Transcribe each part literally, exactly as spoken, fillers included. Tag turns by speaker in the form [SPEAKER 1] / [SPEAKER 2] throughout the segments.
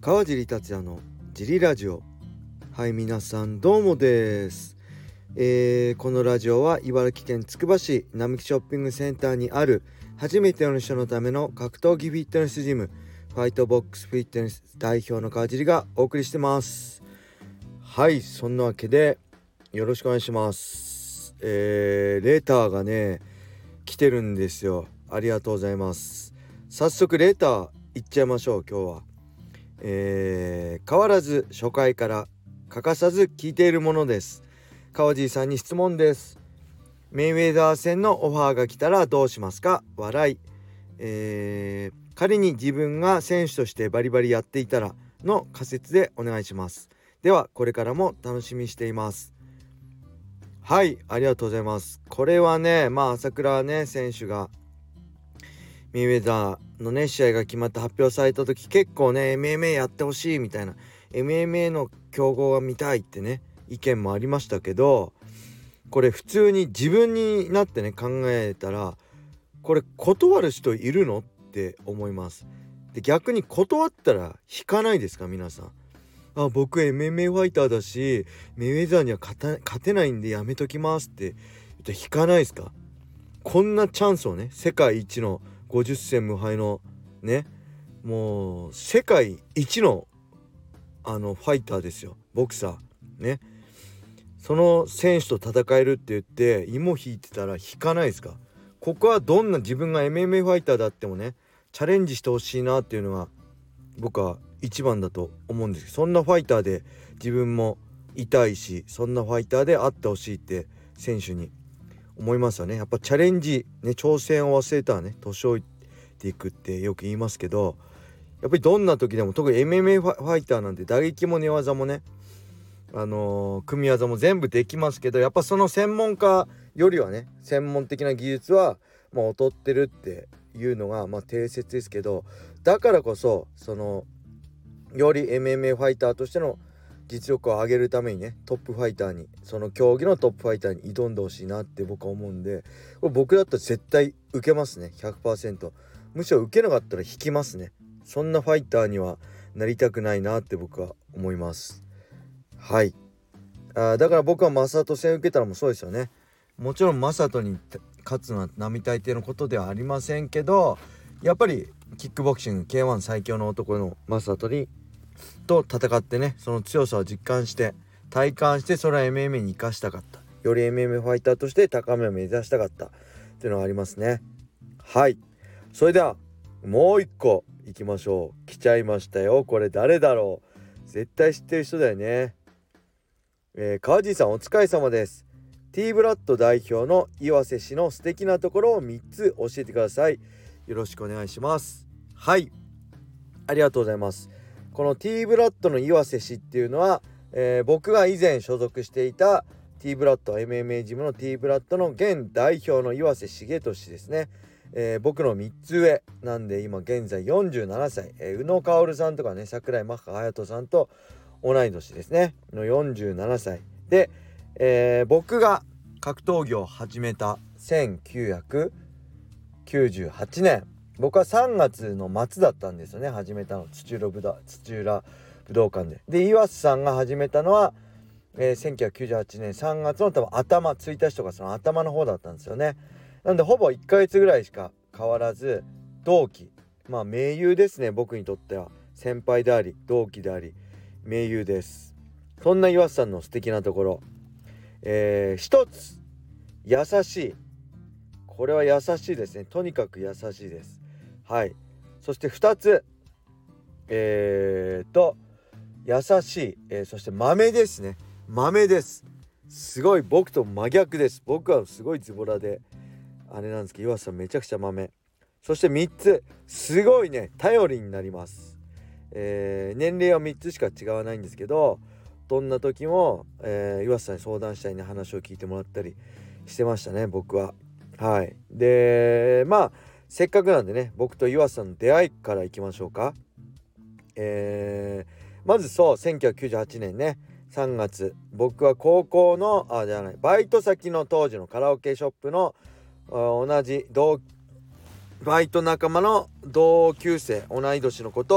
[SPEAKER 1] 川尻達也のジリラジオ。はい、皆さんどうもです、えー、このラジオは茨城県つくば市並木ショッピングセンターにある初めての人のための格闘技フィットネスジム、ファイトボックスフィットネス代表の川尻がお送りしてます。はい、そんなわけでよろしくお願いします。えー、レターがね来てるんですよ。ありがとうございます。早速レターいっちゃいましょう。今日はえー、変わらず初回から欠かさず聞いているものです。川尻さんに質問です。メイウェザー戦のオファーが来たらどうしますか？笑い。えー、仮に自分が選手としてバリバリやっていたらの仮説でお願いします。ではこれからも楽しみにしています。はい、ありがとうございます。これはね、まあ朝倉ね選手がメイウェザーのね試合が決まって発表された時、結構ね エムエムエー やってほしいみたいな、 エムエムエー の競合が見たいってね意見もありましたけど、これ普通に自分になってね考えたら、これ断る人いるのって思います。で逆に断ったら引かないですか皆さん。あ、僕 エムエムエー ファイターだしメイウェザーには勝た勝てないんでやめときますって言って引かないですか？こんなチャンスをね、世界一のごじゅっ戦無敗のね、もう世界一のあのファイターですよ、ボクサーね。その選手と戦えるって言って芋引いてたら引かないですか？ここはどんな自分が エムエムエー ファイターであってもねチャレンジしてほしいなっていうのが僕は一番だと思うんですけど、そんなファイターで自分もいたいし、そんなファイターであってほしいって選手に思いますよね。やっぱチャレンジね、挑戦を忘れたらね年老いていくってよく言いますけど、やっぱりどんな時でも、特に エムエムエー ファイターなんて打撃も寝技もね、あのー、組み技も全部できますけど、やっぱその専門家よりはね専門的な技術はもう劣ってるっていうのがまあ定説ですけど、だからこそそのより エムエムエー ファイターとしての実力を上げるためにね、トップファイターに、その競技のトップファイターに挑んでほしいなって僕は思うんで、これ僕だったら絶対受けますね。 ひゃくパーセント。 むしろ受けなかったら引きますね。そんなファイターにはなりたくないなって僕は思います。はい。あ、だから僕はマサト戦受けたらもうそうですよね。もちろんマサトに勝つのは並大抵のことではありませんけど、やっぱりキックボクシング ケーワン 最強の男のマサトにと戦ってね、その強さを実感して体感して、それは エムエムエー に生かしたかった、より エムエムエー ファイターとして高めを目指したかったっていうのがありますね。はい、それではもう一個いきましょう。来ちゃいましたよ。これ誰だろう？絶対知ってる人だよね。えー、川地さんお疲れ様です。 T ブラッド代表の岩瀬氏の素敵なところをみっつ教えてください。よろしくお願いします。はい、ありがとうございます。この T ブラッドの岩瀬氏っていうのは、えー、僕が以前所属していた T ブラッド エムエムエー ジムの T ブラッドの現代表の岩瀬重俊ですね。えー、僕のみっつ上なんで、今現在よんじゅうななさい、えー、宇野薫さんとかね、桜井マッハ隼人さんと同い年ですねのよんじゅうななさいで、えー、僕が格闘技を始めたせんきゅうひゃくきゅうじゅうはちねん、僕はさんがつの末だったんですよね、始めたの。土浦武道土浦武道館で。で岩瀬さんが始めたのは、えー、せんきゅうひゃくきゅうじゅうはちねんさんがつの多分頭ついたちとかその頭の方だったんですよね。なんでほぼいっかげつぐらいしか変わらず同期、まあ盟友ですね。僕にとっては先輩であり同期であり盟友です。そんな岩瀬さんの素敵なところ、えー、一つ優しい。これは優しいですね。とにかく優しいです。はい。そしてふたつ、えーと優しい、えー、そして豆ですね。豆です。すごい僕と真逆です。僕はすごいズボラであれなんですけど、岩瀬さんめちゃくちゃ豆。そしてみっつ、すごいね頼りになります。えー、年齢はみっつしか違わないんですけど、どんな時も、えー、岩瀬さんに相談したりね、話を聞いてもらったりしてましたね僕は。はい。でまあせっかくなんでね、僕と岩瀬さんの出会いからいきましょうか。えー、まずそうせんきゅうひゃくきゅうじゅうはちねんねさんがつ、僕は高校のあじゃないバイト先の当時のカラオケショップの同じ同バイト仲間の同級生、同い年の子と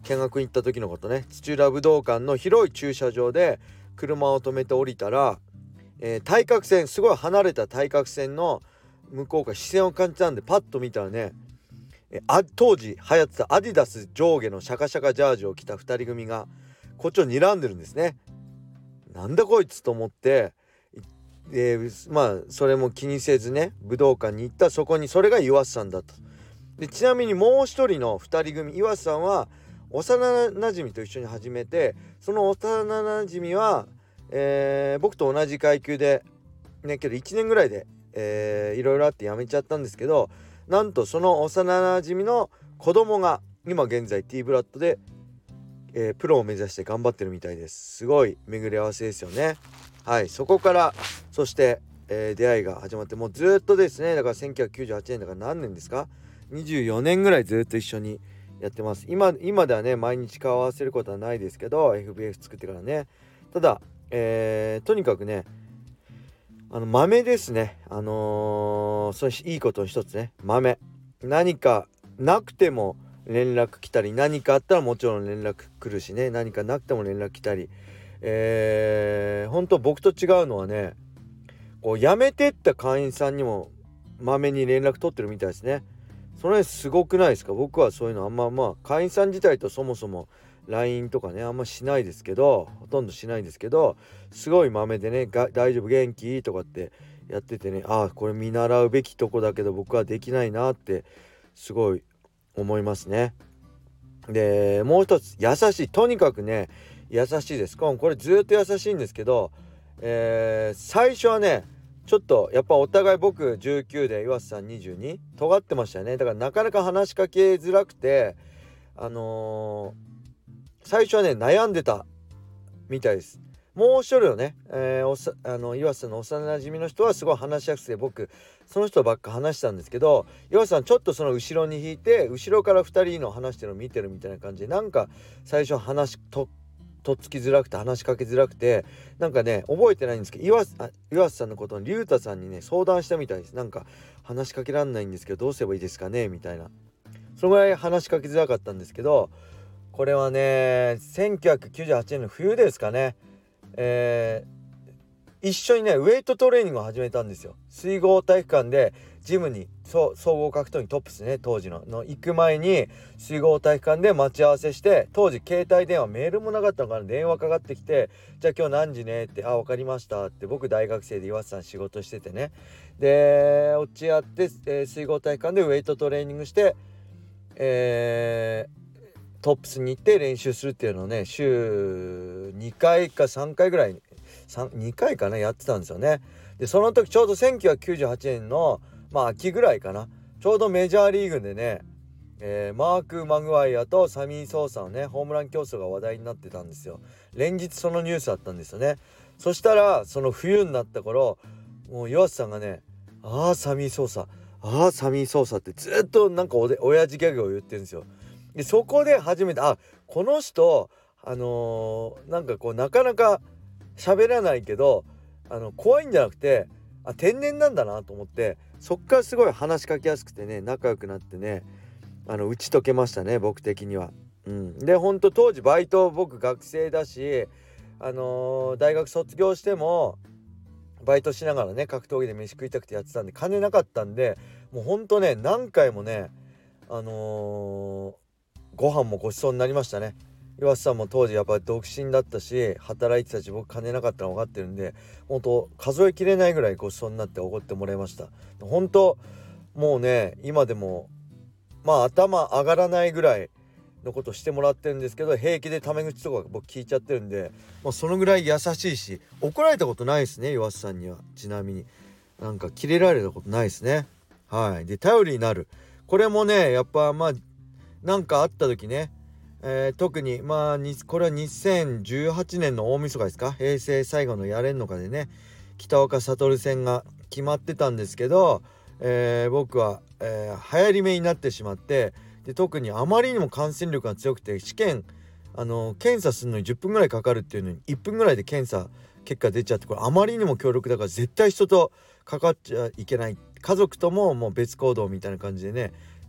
[SPEAKER 1] 見学に行った時のことね。土浦武道館の広い駐車場で車を止めて降りたら、えー、対角線、すごい離れた対角線の向こうから視線を感じたんで、パッと見たらね、えー、あ当時流行ってたアディダス上下のシャカシャカジャージを着たふたり組がこっちを睨んでるんですね。なんだこいつと思って、えー、まあそれも気にせずね、武道館に行った。そこにそれが岩瀬さんだと。でちなみにもう一人のふたり組、岩瀬さんは幼なじみと一緒に始めて、その幼なじみは、えー、僕と同じ階級でね、けどいちねんぐらいで、えー、いろいろあって辞めちゃったんですけど、なんとその幼なじみの子供が今現在 T ブラッドで、えー、プロを目指して頑張ってるみたいです。すごい巡り合わせですよね。はい、そこからそして、えー、出会いが始まって、もうずっとですね、だからせんきゅうひゃくきゅうじゅうはちねんだから何年ですか、にじゅうよねんぐらいずっと一緒にやってます。今今ではね、毎日顔合わせることはないですけど、 エフビーエフ 作ってからね。ただ、えー、とにかくね、あの豆ですね。あのー、そういいことの一つね、豆。何かなくても連絡来たり、何かあったらもちろん連絡来るしね、何かなくても連絡来たり、えー、本当僕と違うのはね、こう辞めてった会員さんにもまめに連絡取ってるみたいですね。それすごくないですか？僕はそういうのあんま、まあ会員さん自体とそもそも ライン とかね、あんましないですけど、ほとんどしないですけど、すごいまめでね、が大丈夫元気とかってやっててね、ああこれ見習うべきとこだけど僕はできないなってすごい思いますね。でもう一つ、優しい。とにかくね優しいです。これずっと優しいんですけど、えー、最初はねちょっとやっぱお互い、僕じゅうきゅうで岩瀬さんにじゅうに、尖ってましたよね。だからなかなか話しかけづらくて、あのー、最初はね悩んでたみたいです。もう一人のね、えー、おさあの岩瀬さんの幼なじみの人はすごい話しやすくて、僕その人ばっか話したんですけど、岩瀬さんちょっとその後ろに引いて、後ろからふたりの話してるのを見てるみたいな感じで、なんか最初話ととっつきづらくて、話しかけづらくて、なんかね覚えてないんですけど、岩瀬あ岩瀬さんのことを龍太さんにね相談したみたいです。なんか話しかけらんないんですけどどうすればいいですかねみたいな。そのぐらい話しかけづらかったんですけど、これはねせんきゅうひゃくきゅうじゅうはちねんの冬ですかね、えー、一緒にねウェイトトレーニングを始めたんですよ。水郷体育館でジムに、総合格闘技トップスね、当時 の, の行く前に水郷体育館で待ち合わせして、当時携帯電話メールもなかったのかな、電話かかってきて、じゃあ今日何時ねって、あ分かりましたって、僕大学生で岩瀬さん仕事しててね、で落ち合って、えー、水郷体育館でウェイトトレーニングして、えー、トップスに行って練習するっていうのをね週にかいかさんかいぐらいにかいかなやってたんですよね。でその時ちょうどせんきゅうひゃくきゅうじゅうはちねんのまあ秋ぐらいかな、ちょうどメジャーリーグでね、えー、マーク・マグワイアとサミー・ソーサのねホームラン競争が話題になってたんですよ。連日そのニュースあったんですよね。そしたらその冬になった頃、もう岩瀬さんがね、ああサミー・ソーサ、ああサミー・ソーサってずっとなんかおで親父ギャグを言ってるんですよ。でそこで初めて、あこの人あのー、なんかこうなかなか喋らないけど、あの怖いんじゃなくて、あ天然なんだなと思って、そっからすごい話しかけやすくてね、仲良くなってね、あの打ち解けましたね、僕的には。うん、でほんと当時バイト、僕学生だし、あのー、大学卒業してもバイトしながらね格闘技で飯食いたくてやってたんで、金なかったんで、もうほんとね何回もねあのー、ご飯もごちそうになりましたね。岩瀬さんも当時やっぱり独身だったし働いてたし、僕金なかったの分かってるんで、本当数えきれないぐらいごちそうになっておごってもらいました。本当もうね今でもまあ頭上がらないぐらいのことしてもらってるんですけど、平気でタメ口とか僕聞いちゃってるんで、もうそのぐらい優しいし、怒られたことないですね岩瀬さんには。ちなみになんかキレられたことないですね。はい。で頼りになる、これもねやっぱまあなんかあった時ね、えー、特にまあにこれはにせんじゅうはちねんの大晦日ですか、平成最後のやれんのかでね北岡悟戦が決まってたんですけど、えー、僕は、えー、流行り目になってしまって、で特にあまりにも感染力が強くて、試験あの検査するのにじゅっぷんぐらいかかるっていうのにいっぷんぐらいで検査結果出ちゃって、これあまりにも強力だから絶対人とかかっちゃいけない、家族とももう別行動みたいな感じでね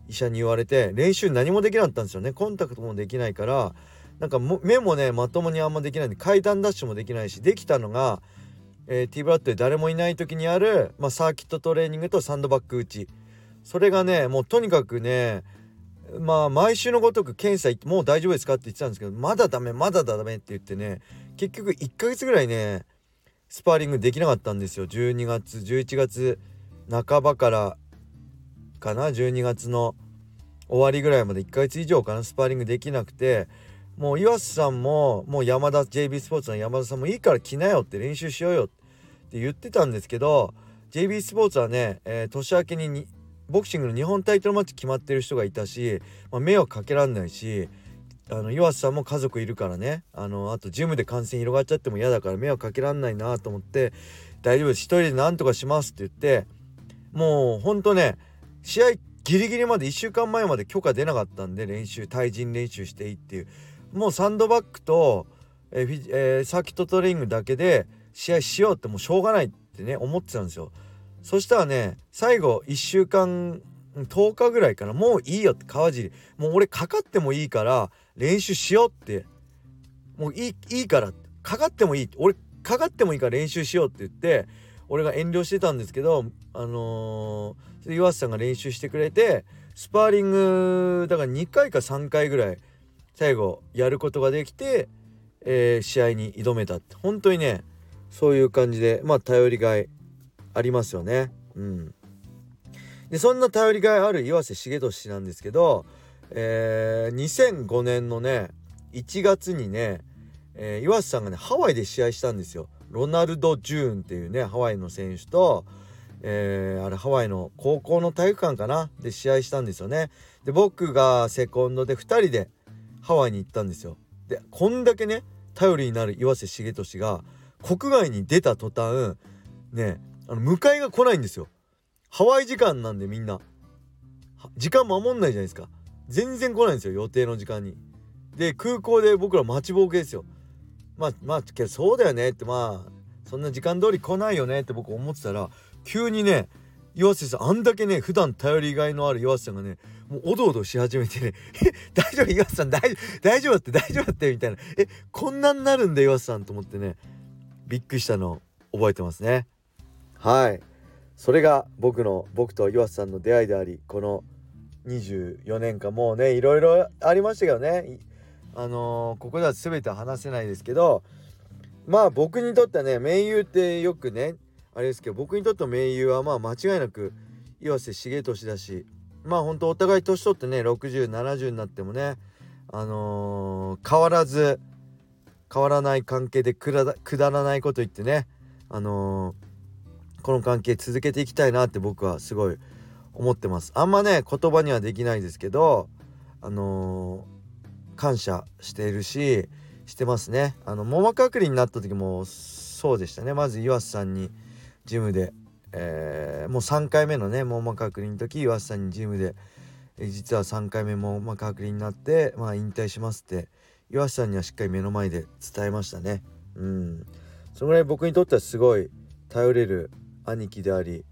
[SPEAKER 1] 医者に言われて、練習何もできなかったんですよね。コンタクトもできないから、なんかも目もねまともにあんまできないんで、階段ダッシュもできないし、できたのが、えー、T ブラッドで誰もいない時にある、まあ、サーキットトレーニングとサンドバッグ打ち、それがねもうとにかくね、まあ毎週のごとく検査行ってもう大丈夫ですかって言ってたんですけど、まだダメまだダメって言ってね、結局いっかげつぐらいねスパーリングできなかったんですよ。じゅうにがつじゅういちがつなかばからかな、じゅうにがつの終わりぐらいまでいっかげつ以上かなスパーリングできなくて、もう岩瀬さんももう山田 ジェイビー スポーツの山田さんもいいから来なよって練習しようよって言ってたんですけど、 ジェイビー スポーツはね、えー、年明けににボクシングの日本タイトルマッチ決まってる人がいたし、まあ、迷惑かけらんないし、あの岩瀬さんも家族いるからね、あのあとジムで感染広がっちゃっても嫌だから迷惑かけらんないなと思って、大丈夫です一人でなんとかしますって言って、もうほんとね試合ギリギリまでいっしゅうかんまえまで許可出なかったんで、練習対人練習していいっていう、もうサンドバッグと、えーフィえーサーキットトレーニングだけで試合しようってもうしょうがないってね思ってたんですよ。そしたらね最後いっしゅうかんとおかぐらいかな、もういいよって川尻、もう俺かかってもいいから練習しようって、もういいいいからかかってもいい、俺かかってもいいから練習しようって言って、俺が遠慮してたんですけど、あのー、岩瀬さんが練習してくれて、スパーリングだからにかいかさんかいぐらい最後やることができて、えー、試合に挑めたって、本当にねそういう感じで、まあ頼りがいありますよね。うんでそんな頼りがいある岩瀬重俊なんですけど、えー、にせんごねんのねいちがつにね、えー、岩瀬さんがねハワイで試合したんですよ。ロナルド・ジューンっていうねハワイの選手と、えー、あれハワイの高校の体育館かなで試合したんですよね。で僕がセコンドでふたりでハワイに行ったんですよ。でこんだけね頼りになる岩瀬重俊が国外に出た途端ね、あの迎えが来ないんですよ。ハワイ時間なんでみんな時間守んないじゃないですか。全然来ないんですよ予定の時間に。で空港で僕ら待ちぼうけですよ。まあまあけどそうだよねって、まあそんな時間通り来ないよねって僕思ってたら、急にね岩瀬さん、あんだけね普段頼りがいのある岩瀬さんがねもうおどおどし始めてねえ大丈夫岩瀬さん大丈夫大丈夫だって大丈夫だってみたいな、えこんなになるんだ岩瀬さんと思ってねびっくりしたのを覚えてますね。はい、それが僕の僕と岩瀬さんの出会いであり、このにじゅうよねんかんもうねいろいろありましたけどね、あのー、ここでは全て話せないですけど、まあ僕にとってはね盟友ってよくねあれですけど、僕にとっての盟友はまあ間違いなく岩瀬重俊だし、まあほんとお互い年取ってねろくじゅうななじゅうになってもねあのー、変わらず変わらない関係でくだ、くだらないこと言ってね、あのー、この関係続けていきたいなって僕はすごい思ってます。あんまね言葉にはできないですけど、あのー、感謝しているししてますね。あの網膜剥離になった時もそうでしたね。まず岩瀬さんにジムで、えー、もうさんかいめのね網膜剥離の時岩瀬さんにジムで、えー、実はさんかいめ網膜剥離になってまあ引退しますって岩瀬さんにはしっかり目の前で伝えましたね。うんそのぐらい僕にとってはすごい頼れる兄貴であり、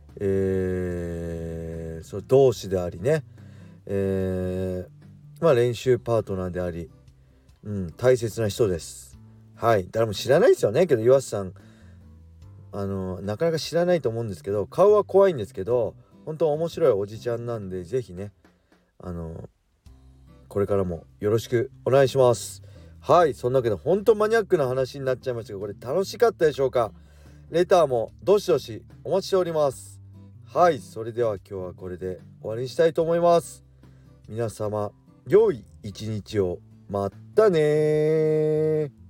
[SPEAKER 1] えー、そう同志でありね、えー、まあ練習パートナーであり、うん、大切な人です。はい、誰も知らないですよねけど岩瀬さんあのなかなか知らないと思うんですけど、顔は怖いんですけど本当面白いおじちゃんなんで、ぜひねあのこれからもよろしくお願いします。はい、そんなわけで本当マニアックな話になっちゃいましたが、これ楽しかったでしょうか。レターもどしどしお待ちしております。はい、それでは今日はこれで終わりにしたいと思います。皆様良い一日を。またねー。